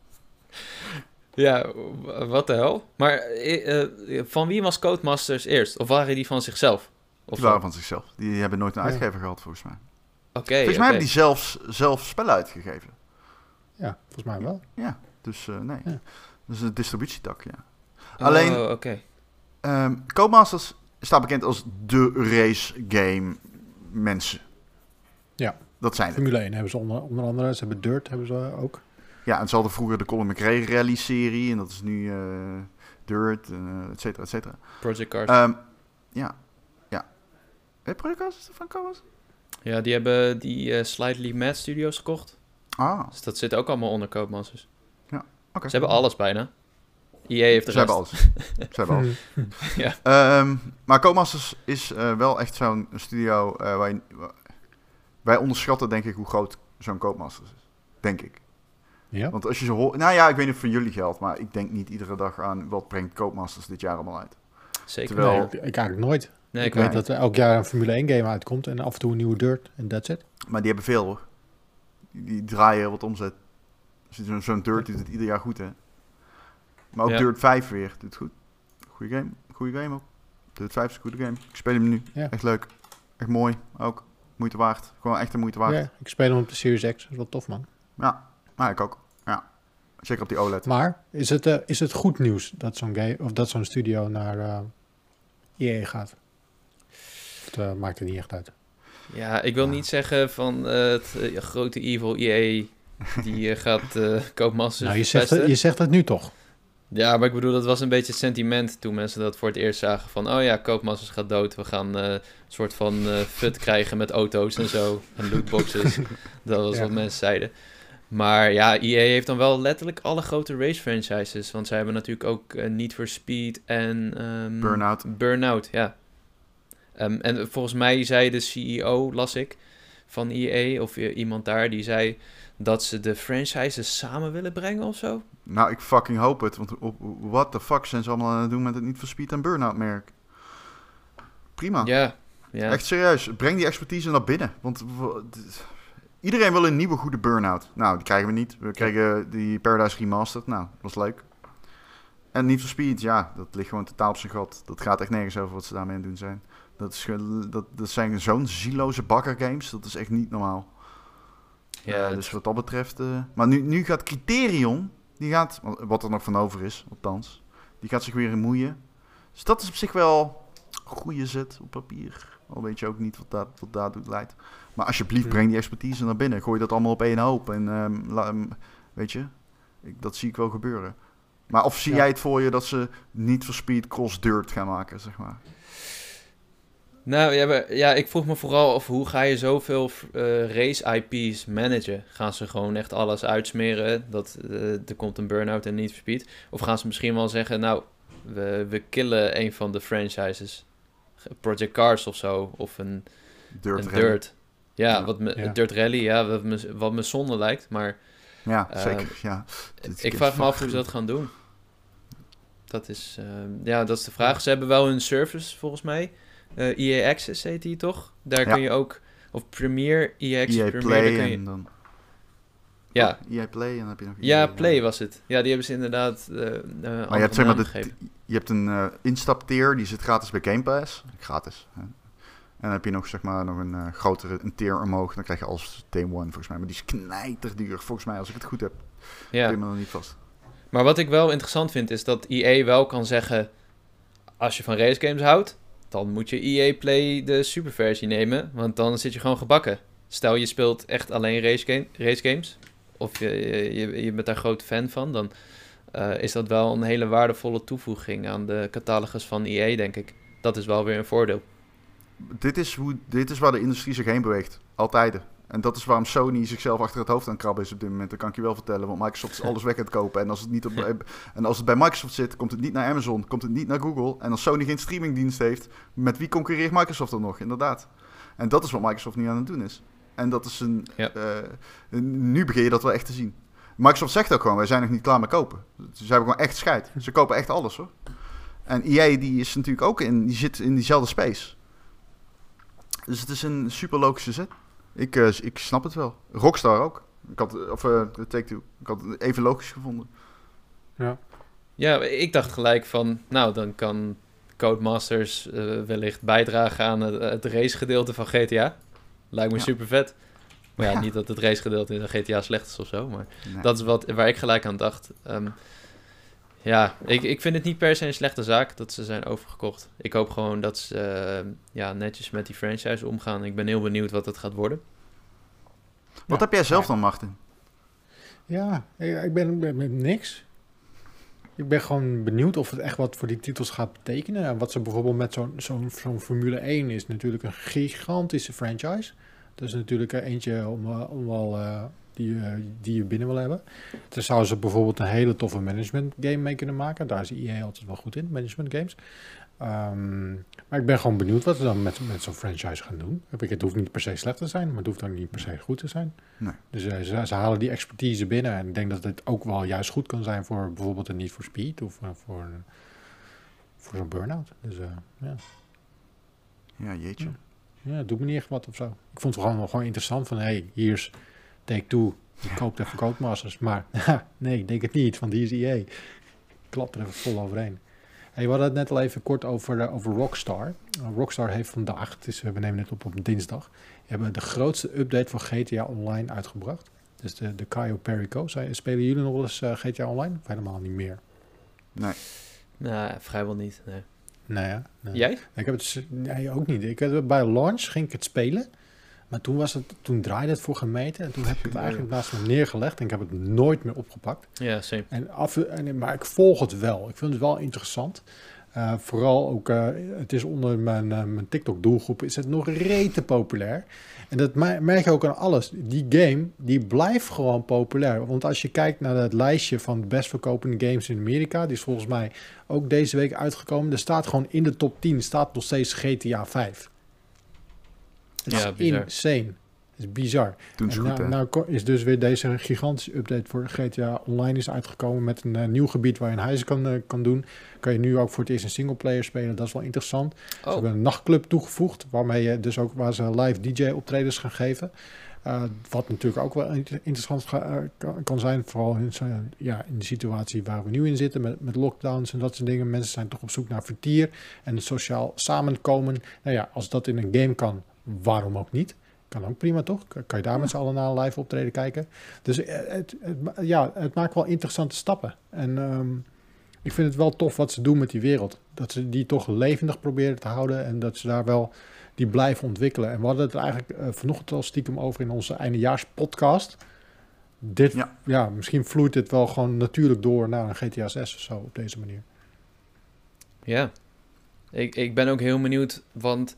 Ja, wat de hel. Maar van wie was Codemasters eerst? Of waren die van zichzelf? Die waren van zichzelf. Die hebben nooit een uitgever gehad, volgens mij. Volgens mij hebben die zelf spellen uitgegeven. Ja, volgens mij wel. Ja, dus nee. Ja. Dat is een distributietak, ja. Alleen, oké. Codemasters staat bekend als de race game mensen. Ja. Dat zijn het. Formule 1 hebben ze onder andere. Ze hebben Dirt, hebben ze ook. Ja, en ze hadden vroeger de Colin McRae rally-serie. En dat is nu Dirt, et cetera, et cetera. Project Cars. Ja. Project Cars is er van Codemasters? Ja, die hebben die Slightly Mad Studios gekocht. Dus dat zit ook allemaal onder Codemasters. Ja, oké. Ze hebben alles bijna. EA heeft de Ze rest. hebben alles. Ja. Maar Codemasters is wel echt zo'n studio wij onderschatten denk ik hoe groot zo'n Codemasters is. Denk ik. Ja. Want als je ze hoort... Nou ja, ik weet niet of het voor jullie geldt, maar ik denk niet iedere dag aan wat brengt Codemasters dit jaar allemaal uit. Zeker. Nee, ik eigenlijk nooit. Nee, ik weet dat er elk jaar een Formule 1 game uitkomt en af en toe een nieuwe Dirt en that's it. Maar die hebben veel hoor. Die draaien wat omzet. Zo'n Dirt doet het ieder jaar goed, hè. Maar ook Dirt 5 weer doet goed. Goeie game ook. Dirt 5 is een goede game. Ik speel hem nu. Ja. Echt leuk. Echt mooi ook. Moeite waard. Gewoon echt een moeite waard. Ja, ik speel hem op de Series X. Dat is wel tof, man. Ja, maar ik ook. Ja. Zeker op die OLED. Maar is het goed nieuws dat zo'n game of dat zo'n studio naar EA gaat? Of maakt het niet echt uit? Ja, ik wil niet zeggen van het grote evil EA die gaat Codemasters nou, je zegt het nu toch? Ja, maar ik bedoel, dat was een beetje het sentiment toen mensen dat voor het eerst zagen van, oh ja, Codemasters gaat dood, we gaan een soort van fut krijgen met auto's en zo, en lootboxes. Dat was wat mensen zeiden. Maar ja, EA heeft dan wel letterlijk alle grote race franchises, want zij hebben natuurlijk ook Need for Speed en... Burnout. Burnout, ja. En volgens mij zei de CEO, las ik, van EA, of iemand daar, die zei dat ze de franchises samen willen brengen of zo. Nou, ik fucking hoop het. Want what the fuck zijn ze allemaal aan het doen met het Need for Speed en Burnout merk? Prima. Ja. Echt serieus. Breng die expertise naar binnen. Want iedereen wil een nieuwe goede Burnout. Nou, die krijgen we niet. We kregen die Paradise Remastered. Nou, dat was leuk. En Need for Speed, ja, dat ligt gewoon totaal op zijn gat. Dat gaat echt nergens over wat ze daarmee aan het doen zijn. Dat zijn zo'n zieloze bakkergames. Dat is echt niet normaal. Ja, dus wat dat betreft... maar nu gaat Criterion... Die gaat, wat er nog van over is, althans... Die gaat zich weer moeien. Dus dat is op zich wel... een goede zet op papier. Al weet je ook niet wat daartoe leidt. Maar alsjeblieft, breng die expertise naar binnen. Gooi dat allemaal op één hoop. En weet je... dat zie ik wel gebeuren. Maar of zie jij het voor je dat ze niet voor Speed Cross Dirt gaan maken, zeg maar? Nou ja, ik vroeg me vooral af hoe ga je zoveel race-IP's managen? Gaan ze gewoon echt alles uitsmeren dat er komt een Burnout en Need for Speed? Of gaan ze misschien wel zeggen, nou, we killen een van de franchises. Project Cars of zo, of een Dirt. Ja, Dirt Rally, ja, wat me zonde lijkt, maar... Ja, zeker, ja. Ik vraag me af hoe ze dat gaan doen. Dat is de vraag. Ze hebben wel een service, volgens mij. EA Access heet die toch? Daar kun je ook... Of Premier, EA Access, EA Premier, Play kun je... en dan... Ja. EA Play en dan heb je nog... Ja, Play was het. Ja, die hebben ze inderdaad maar je hebt, zeg maar, je hebt een instaptier, die zit gratis bij Game Pass. Gratis. Hè. En dan heb je nog, zeg maar, nog een grotere tier omhoog. Dan krijg je als Day One, volgens mij. Maar die is knijterduur, volgens mij, als ik het goed heb. Ja. Ik ben me nog niet vast. Maar wat ik wel interessant vind, is dat EA wel kan zeggen... Als je van racegames houdt, dan moet je EA Play de superversie nemen. Want dan zit je gewoon gebakken. Stel, je speelt echt alleen racegames. Of je bent daar groot fan van. Dan is dat wel een hele waardevolle toevoeging aan de catalogus van EA, denk ik. Dat is wel weer een voordeel. Dit is waar de industrie zich heen beweegt. Altijd. En dat is waarom Sony zichzelf achter het hoofd aan het krabben is op dit moment. Dat kan ik je wel vertellen. Want Microsoft is alles weg aan het kopen. En als het bij Microsoft zit, komt het niet naar Amazon. Komt het niet naar Google. En als Sony geen streamingdienst heeft, met wie concurreert Microsoft dan nog? Inderdaad. En dat is wat Microsoft nu aan het doen is. En dat is nu begin je dat wel echt te zien. Microsoft zegt ook gewoon, wij zijn nog niet klaar met kopen. Ze hebben gewoon echt scheid. Ze kopen echt alles, hoor. En EA die is natuurlijk ook die zit in diezelfde space. Dus het is een super logische zet. Ik snap het wel. Rockstar ook. Take-Two. Ik had het even logisch gevonden. Ja, ik dacht gelijk van... Nou, dan kan Codemasters wellicht bijdragen aan het racegedeelte van GTA. Lijkt me super vet. Maar ja, niet dat het racegedeelte in GTA slecht is of zo. Maar dat is waar ik gelijk aan dacht. Ik vind het niet per se een slechte zaak dat ze zijn overgekocht. Ik hoop gewoon dat ze netjes met die franchise omgaan. Ik ben heel benieuwd wat het gaat worden. Wat heb jij zelf dan, Martin? Ja, ik ben met niks. Ik ben gewoon benieuwd of het echt wat voor die titels gaat betekenen. En wat ze bijvoorbeeld met zo'n Formule 1 is natuurlijk een gigantische franchise. Dat is natuurlijk eentje om wel... Die je binnen wil hebben. Dan zouden ze bijvoorbeeld een hele toffe management game mee kunnen maken. Daar is EA altijd wel goed in, management games. Maar ik ben gewoon benieuwd wat ze dan met zo'n franchise gaan doen. Het hoeft niet per se slecht te zijn, maar het hoeft ook niet per se goed te zijn. Nee. Dus ze halen die expertise binnen. En ik denk dat het ook wel juist goed kan zijn voor bijvoorbeeld een Need for Speed of voor zo'n Burnout. Dus ja. Ja, jeetje. Ja, het doet me niet echt wat of zo. Ik vond het gewoon interessant van, hier is Take-Two, die koopt even Codemasters. Maar nee, ik denk het niet, want die is EA. Klapt er even vol overheen. We hadden het net al even kort over Rockstar. Rockstar heeft vandaag, we nemen het op dinsdag, hebben de grootste update voor GTA Online uitgebracht. Dus de Cayo Perico. Spelen jullie nog wel eens GTA Online? Of helemaal niet meer? Nee. Nou, vrijwel niet, nee. Nee. Jij? Ik heb het ook niet. Bij launch ging ik het spelen. Maar toen draaide het voor gemeten. En toen heb ik het eigenlijk naast me neergelegd. En ik heb het nooit meer opgepakt. Ja, same. Maar ik volg het wel. Ik vind het wel interessant. Vooral ook, het is onder mijn TikTok-doelgroep, is het nog rete populair. En dat merk je ook aan alles. Die game, die blijft gewoon populair. Want als je kijkt naar het lijstje van de best verkopende games in Amerika, die is volgens mij ook deze week uitgekomen. Er staat gewoon in de top 10, staat nog steeds GTA 5. Het is bizar. insane. Het is bizar. Doen ze En goed, hè? nou is dus weer deze gigantische update voor GTA Online is uitgekomen met een nieuw gebied waarin hij ze kan doen. Kan je nu ook voor het eerst een singleplayer spelen. Dat is wel interessant. Ze hebben een nachtclub toegevoegd, waarmee je dus ook waar ze live DJ-optredens gaan geven. Wat natuurlijk ook wel interessant kan zijn, vooral in de situatie waar we nu in zitten, met lockdowns en dat soort dingen. Mensen zijn toch op zoek naar vertier en een sociaal samenkomen. Nou ja, als dat in een game kan, waarom ook niet? Kan ook prima, toch? Kan je daar met z'n allen naar een live optreden kijken? Dus het maakt wel interessante stappen. En ik vind het wel tof wat ze doen met die wereld. Dat ze die toch levendig proberen te houden en dat ze daar wel die blijven ontwikkelen. En we hadden het eigenlijk vanochtend al stiekem over in onze eindejaarspodcast. Misschien vloeit dit wel gewoon natuurlijk door naar een GTA 6 of zo op deze manier. Ja, ik ben ook heel benieuwd, want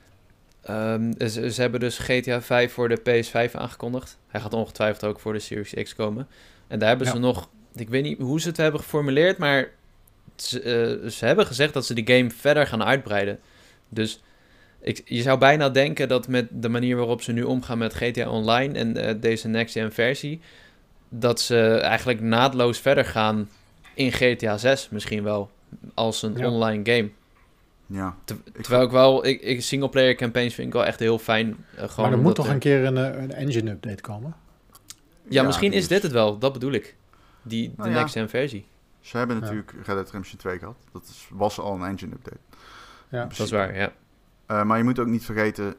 ze hebben dus GTA 5 voor de PS5 aangekondigd. Hij gaat ongetwijfeld ook voor de Series X komen. En daar hebben ze nog, ik weet niet hoe ze het hebben geformuleerd, maar ze hebben gezegd dat ze die game verder gaan uitbreiden. Dus je zou bijna denken dat met de manier waarop ze nu omgaan met GTA Online en deze next-gen versie, dat ze eigenlijk naadloos verder gaan in GTA 6 misschien wel, als een online game. Ja. Terwijl ik singleplayer campaigns vind ik wel echt heel fijn. Maar er moet toch een keer een engine update komen? Ja, misschien is dit het wel. Dat bedoel ik. De next-gen versie. Ze hebben natuurlijk Red Dead Redemption 2 gehad. Dat was al een engine update. Ja, dat is waar, ja. Maar je moet ook niet vergeten,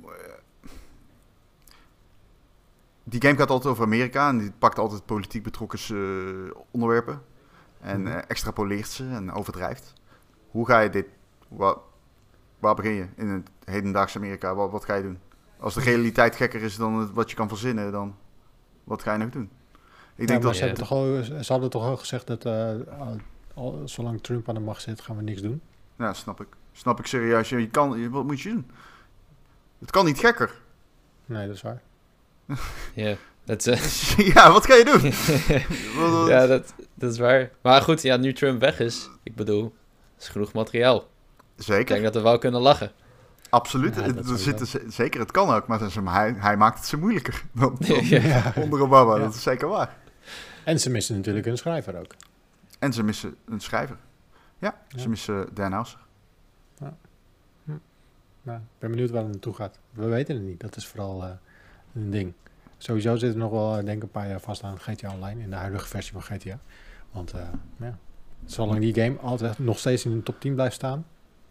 die game gaat altijd over Amerika en die pakt altijd politiek betrokken onderwerpen en extrapoleert ze en overdrijft. Hoe ga je dit, waar begin je in het hedendaagse Amerika? Wat ga je doen? Als de realiteit gekker is dan wat je kan verzinnen, dan wat ga je nog doen? Ik denk dat ze hadden toch al gezegd dat zolang Trump aan de macht zit, gaan we niks doen. Ja, snap ik serieus. Wat moet je doen? Het kan niet gekker. Nee, dat is waar. Ja, ja, wat ga je doen? Ja, dat is waar. Maar goed, ja, nu Trump weg is, ik bedoel, er is genoeg materiaal. Zeker. Ik denk dat we wel kunnen lachen. Absoluut. Zeker, het kan ook, maar hij maakt het zo moeilijker dan onder Obama. Ja. Dat is zeker waar. En ze missen natuurlijk een schrijver ook. En ze missen een schrijver. Ja. Ze missen Dan Houser. Nou, ik ben benieuwd waar het naartoe gaat. We weten het niet. Dat is vooral een ding. Sowieso zit er nog wel, denk ik, een paar jaar vast aan GTA Online in de huidige versie van GTA. Want zolang die game altijd nog steeds in de top 10 blijft staan,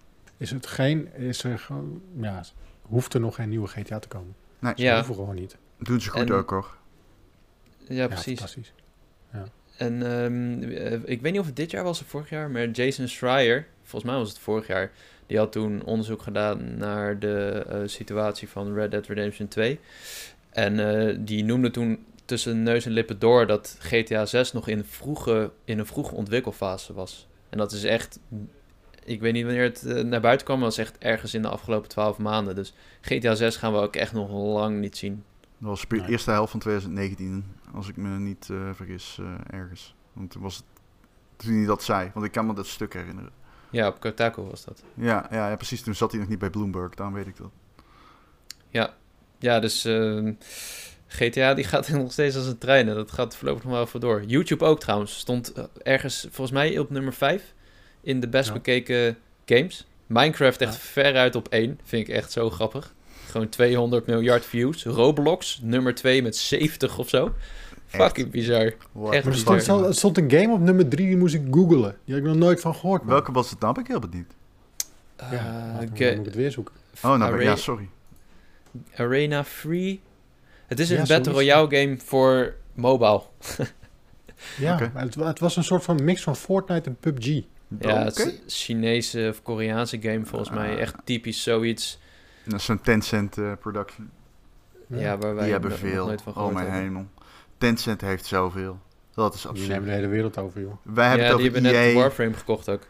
hoeft er nog geen nieuwe GTA te komen. Nee, ze hoeven gewoon niet. Doen ze goed ook, hoor. Ja, precies. Fantastisch. Ja. En ik weet niet of het dit jaar was of vorig jaar, maar Jason Schreier, volgens mij was het vorig jaar, die had toen onderzoek gedaan naar de situatie van Red Dead Redemption 2. En die noemde toen tussen neus en lippen door dat GTA 6 nog in een vroege ontwikkelfase was. En dat is echt, ik weet niet wanneer het naar buiten kwam, maar dat is echt ergens in de afgelopen 12 maanden. Dus GTA 6 gaan we ook echt nog lang niet zien. Dat was de eerste helft van 2019, als ik me niet vergis, ergens. Want toen was het toen hij dat zei, want ik kan me dat stuk herinneren. Ja, op Kotaku was dat. Ja, precies. Toen zat hij nog niet bij Bloomberg, daarom weet ik dat. Ja, dus GTA die gaat nog steeds als een trein en dat gaat voorlopig nog wel even door. YouTube ook trouwens. Stond ergens volgens mij op nummer 5 in de best bekeken games. Minecraft echt veruit op 1. Vind ik echt zo grappig. Gewoon 200 miljard views. Roblox nummer 2 met 70 of zo. Fucking bizar. Echt bizar. Er stond een game op nummer 3, die moest ik googlen. Die had ik nog nooit van gehoord. Man. Welke was het nou? Ben ik heel benieuwd. Dan moet ik het weer zoeken. Sorry. Arena Free. Het is een Battle Royale game voor mobile. Maar het was een soort van mix van Fortnite en PUBG. Ja, het is een Chinese of Koreaanse game volgens mij. Echt typisch zoiets. Dat is zo'n Tencent production. Ja, waar wij die hebben veel. Nooit van gehoord mijn hemel. Tencent heeft zoveel. Dat is absurd. Die nemen de hele wereld over, joh. Wij hebben die hebben net Warframe gekocht ook.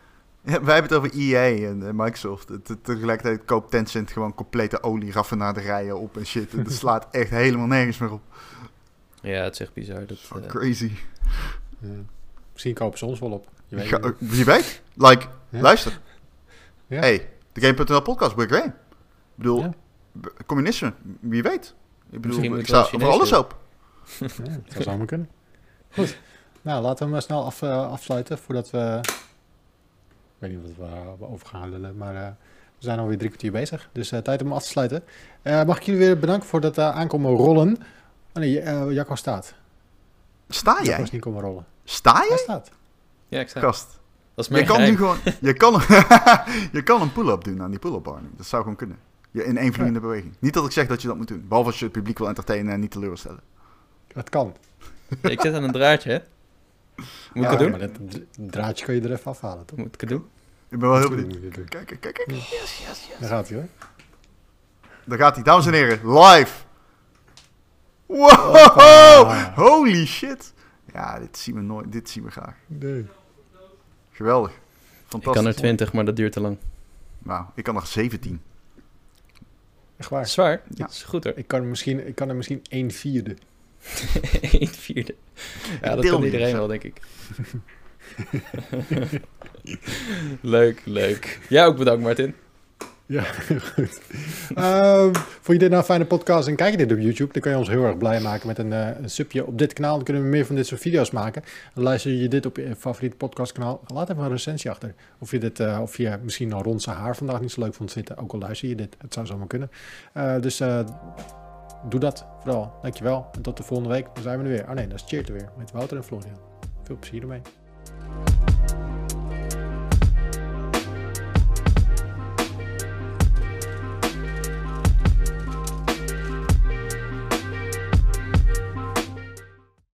Ja, wij hebben het over EA en Microsoft. Tegelijkertijd koopt Tencent gewoon complete olieraffinaderijen op en shit. En dat slaat echt helemaal nergens meer op. Ja, het is echt bizar. Dat, Crazy. Ja. Misschien kopen ze ons wel op. Je weet het niet. Wie weet? Like, Ja. luister. Ja. Hey, de Game.nl podcast, Brick Ray. Ik bedoel, Ja. communisme, wie weet. Ik bedoel, Misschien ik moeten we sta als voor alles Chinees op. Ja, dat zou zomaar kunnen. Goed. Nou, laten we hem snel afsluiten voordat we... Ik weet niet wat we over gaan lullen, maar we zijn alweer 3 kwartier bezig. Dus tijd om af te sluiten. Mag ik jullie weer bedanken voor dat aankomen rollen. Oh nee, Jacco staat. Sta Jacco jij? is niet komen rollen. Sta Hij jij? staat. ja, ik sta. Gast. Dat is Je mijn kan geheim. nu gewoon... Je kan een pull-up doen aan die pull-up bar. Dat zou gewoon kunnen. In één vloeiende beweging. Niet dat ik zeg dat je dat moet doen. Behalve als je het publiek wil entertainen en niet teleurstellen. Het kan. Ik zit aan een draadje, hè? Moet ik het doen? Maar dat draadje kan je er even afhalen, toch? Moet ik het doen? Ik ben wel heel Dat benieuwd. moet je doen. Kijk. Daar gaat hij hoor. Daar gaat hij. Dames en heren, live. Wow! Hoppa. Holy shit. Ja, dit zien we nooit. Dit zien we graag. Nee. Geweldig. Ik Fantastisch. kan er 20, maar dat duurt te lang. Nou, ik kan er 17. Echt waar. Zwaar? Ja. Dat is goed hoor. Ik kan er misschien 1/4. 1/4. Ja, dat deel kan niet, iedereen zo. wel, denk ik. Leuk. Jij ook bedankt, Martin. Ja, goed. Vond je dit nou een fijne podcast en kijk je dit op YouTube, dan kan je ons heel erg blij maken met een subje op dit kanaal. Dan kunnen we meer van dit soort video's maken. Dan luister je dit op je favoriete podcastkanaal. Laat even een recensie achter. Of je misschien al rond zijn haar vandaag niet zo leuk vond zitten, ook al luister je dit. Het zou zomaar kunnen. Dus doe dat vooral. Dankjewel. En tot de volgende week. Dan zijn we er weer. Oh nee, dat is Cheert er weer. Met Wouter en Florian. Veel plezier ermee.